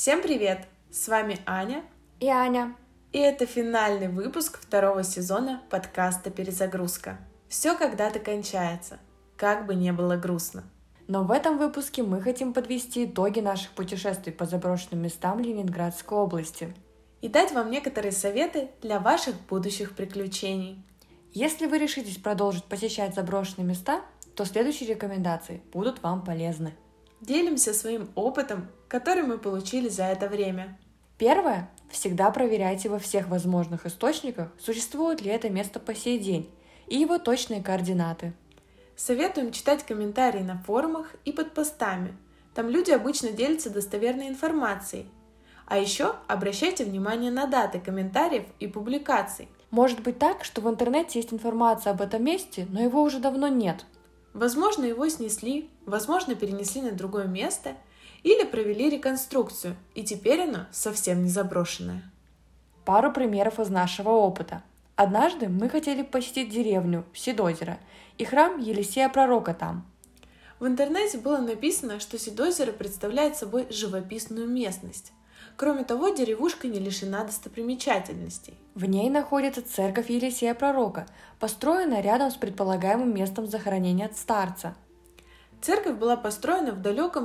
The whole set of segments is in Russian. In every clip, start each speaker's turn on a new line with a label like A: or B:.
A: Всем привет! С вами Аня
B: и Аня.
A: И это финальный выпуск второго сезона подкаста «Перезагрузка». Все когда-то кончается, как бы не было грустно.
B: Но в этом выпуске мы хотим подвести итоги наших путешествий по заброшенным местам Ленинградской области.
A: И дать вам некоторые советы для ваших будущих приключений.
B: Если вы решитесь продолжить посещать заброшенные места, то следующие рекомендации будут вам полезны.
A: Делимся своим опытом, который мы получили за это время.
B: Первое. Всегда проверяйте во всех возможных источниках, существует ли это место по сей день, и его точные координаты.
A: Советуем читать комментарии на форумах и под постами. Там люди обычно делятся достоверной информацией. А еще обращайте внимание на даты комментариев и публикаций.
B: Может быть так, что в интернете есть информация об этом месте, но его уже давно нет.
A: Возможно, его снесли, возможно, перенесли на другое место или провели реконструкцию, и теперь оно совсем не заброшенное.
B: Пару примеров из нашего опыта. Однажды мы хотели посетить деревню Седозеро и храм Елисея Пророка там.
A: В интернете было написано, что Седозеро представляет собой живописную местность. Кроме того, деревушка не лишена достопримечательностей.
B: В ней находится церковь Елисея Пророка, построенная рядом с предполагаемым местом захоронения старца.
A: Церковь была построена в далеком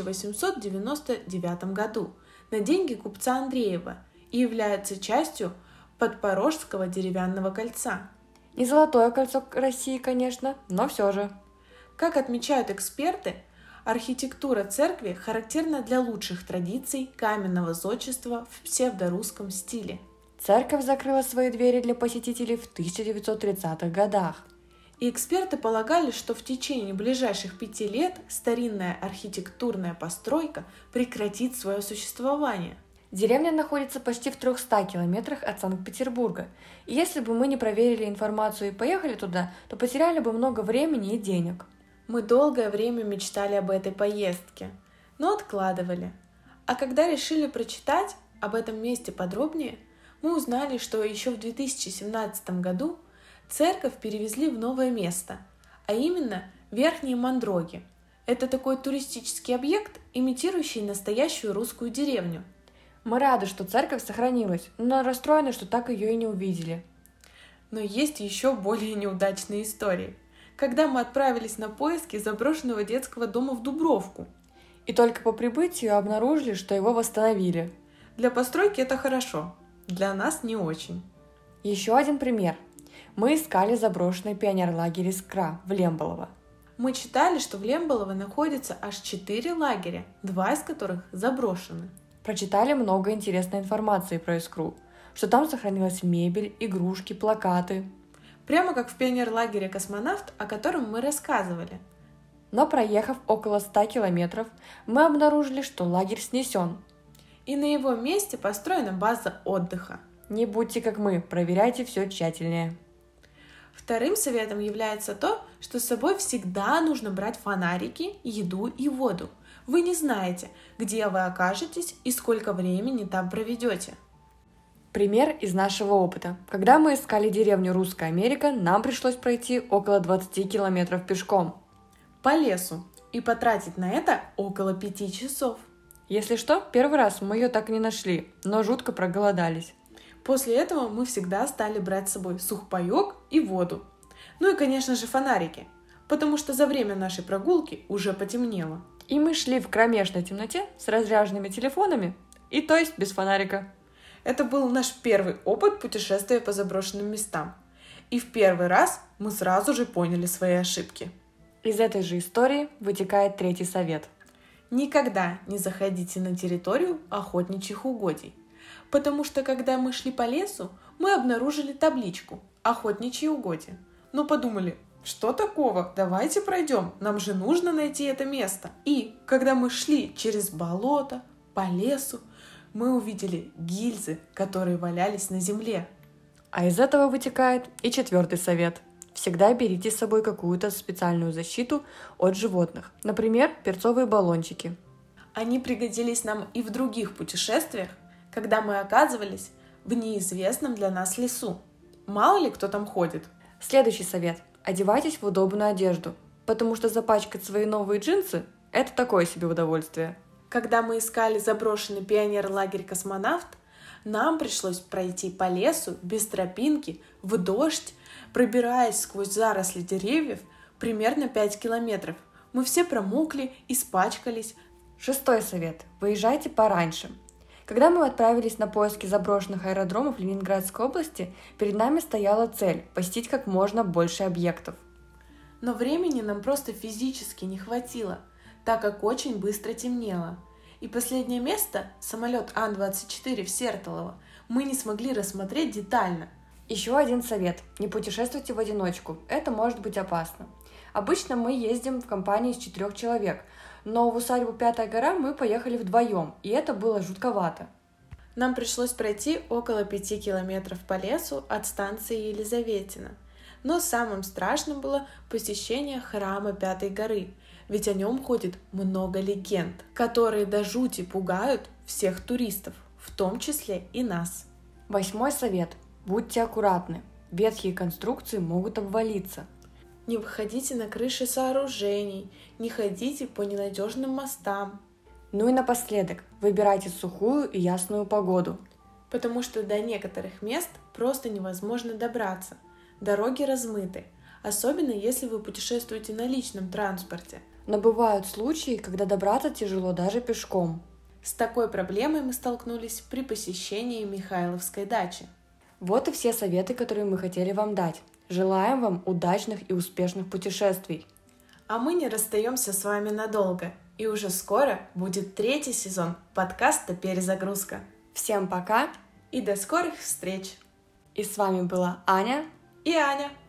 A: 1899 году на деньги купца Андреева и является частью Подпорожского деревянного кольца.
B: Не золотое кольцо России, конечно, но все же.
A: Как отмечают эксперты, архитектура церкви характерна для лучших традиций каменного зодчества в псевдорусском стиле.
B: Церковь закрыла свои двери для посетителей в 1930-х годах.
A: И эксперты полагали, что в течение ближайших 5 лет старинная архитектурная постройка прекратит свое существование.
B: Деревня находится почти в 300 километрах от Санкт-Петербурга, и если бы мы не проверили информацию и поехали туда, то потеряли бы много времени и денег.
A: Мы долгое время мечтали об этой поездке, но откладывали. А когда решили прочитать об этом месте подробнее, мы узнали, что еще в 2017 году церковь перевезли в новое место, а именно Верхние Мандроги. Это такой туристический объект, имитирующий настоящую русскую деревню.
B: Мы рады, что церковь сохранилась, но расстроены, что так ее и не увидели.
A: Но есть еще более неудачные истории. Когда мы отправились на поиски заброшенного детского дома в Дубровку.
B: И только по прибытию обнаружили, что его восстановили.
A: Для постройки это хорошо, для нас не очень.
B: Еще один пример. Мы искали заброшенный пионерлагерь Искра в Лемболово.
A: Мы читали, что в Лемболово находится аж 4 лагеря, 2 из которых заброшены.
B: Прочитали много интересной информации про Искру, что там сохранилась мебель, игрушки, плакаты.
A: Прямо как в пионерлагере «Космонавт», о котором мы рассказывали.
B: Но проехав около 100 километров, мы обнаружили, что лагерь снесен.
A: И на его месте построена база отдыха.
B: Не будьте как мы, проверяйте все тщательнее.
A: Вторым советом является то, что с собой всегда нужно брать фонарики, еду и воду. Вы не знаете, где вы окажетесь и сколько времени там проведете.
B: Пример из нашего опыта. Когда мы искали деревню Русская Америка, нам пришлось пройти около 20 километров пешком.
A: По лесу. И потратить на это около 5 часов.
B: Если что, первый раз мы ее так и не нашли, но жутко проголодались.
A: После этого мы всегда стали брать с собой сухпайок и воду. Ну и, конечно же, фонарики, потому что за время нашей прогулки уже потемнело.
B: И мы шли в кромешной темноте с разряженными телефонами, и то есть без фонарика.
A: Это был наш первый опыт путешествия по заброшенным местам. И в первый раз мы сразу же поняли свои ошибки.
B: Из этой же истории вытекает третий совет.
A: Никогда не заходите на территорию охотничьих угодий. Потому что, когда мы шли по лесу, мы обнаружили табличку «Охотничьи угодья». Но подумали, что такого? Давайте пройдем, нам же нужно найти это место. И когда мы шли через болото, по лесу, мы увидели гильзы, которые валялись на земле.
B: А из этого вытекает и четвертый совет. Всегда берите с собой какую-то специальную защиту от животных, например, перцовые баллончики.
A: Они пригодились нам и в других путешествиях, когда мы оказывались в неизвестном для нас лесу. Мало ли кто там ходит.
B: Следующий совет. Одевайтесь в удобную одежду, потому что запачкать свои новые джинсы – это такое себе удовольствие.
A: Когда мы искали заброшенный пионер-лагерь «Космонавт», нам пришлось пройти по лесу без тропинки, в дождь, пробираясь сквозь заросли деревьев примерно 5 километров. Мы все промокли, испачкались.
B: 6-й совет. Выезжайте пораньше. Когда мы отправились на поиски заброшенных аэродромов Ленинградской области, перед нами стояла цель – посетить как можно больше объектов.
A: Но времени нам просто физически не хватило, так как очень быстро темнело. И последнее место, самолет Ан-24 в Сертолово, мы не смогли рассмотреть детально.
B: Еще один совет – не путешествуйте в одиночку, это может быть опасно. Обычно мы ездим в компании из 4 человек, но в усадьбу Пятая гора мы поехали вдвоем, и это было жутковато.
A: Нам пришлось пройти около 5 километров по лесу от станции Елизаветина. Но самым страшным было посещение храма Пятой горы, ведь о нем ходит много легенд, которые до жути пугают всех туристов, в том числе и нас.
B: 8-й совет. Будьте аккуратны. Ветхие конструкции могут обвалиться.
A: Не выходите на крыши сооружений, не ходите по ненадежным мостам.
B: Ну и напоследок, выбирайте сухую и ясную погоду.
A: Потому что до некоторых мест просто невозможно добраться. Дороги размыты, особенно если вы путешествуете на личном транспорте.
B: Но бывают случаи, когда добраться тяжело даже пешком.
A: С такой проблемой мы столкнулись при посещении Михайловской дачи.
B: Вот и все советы, которые мы хотели вам дать. Желаем вам удачных и успешных путешествий.
A: А мы не расстаемся с вами надолго. И уже скоро будет 3-й сезон подкаста «Перезагрузка».
B: Всем пока
A: и до скорых встреч!
B: И с вами была Аня
A: и Аня.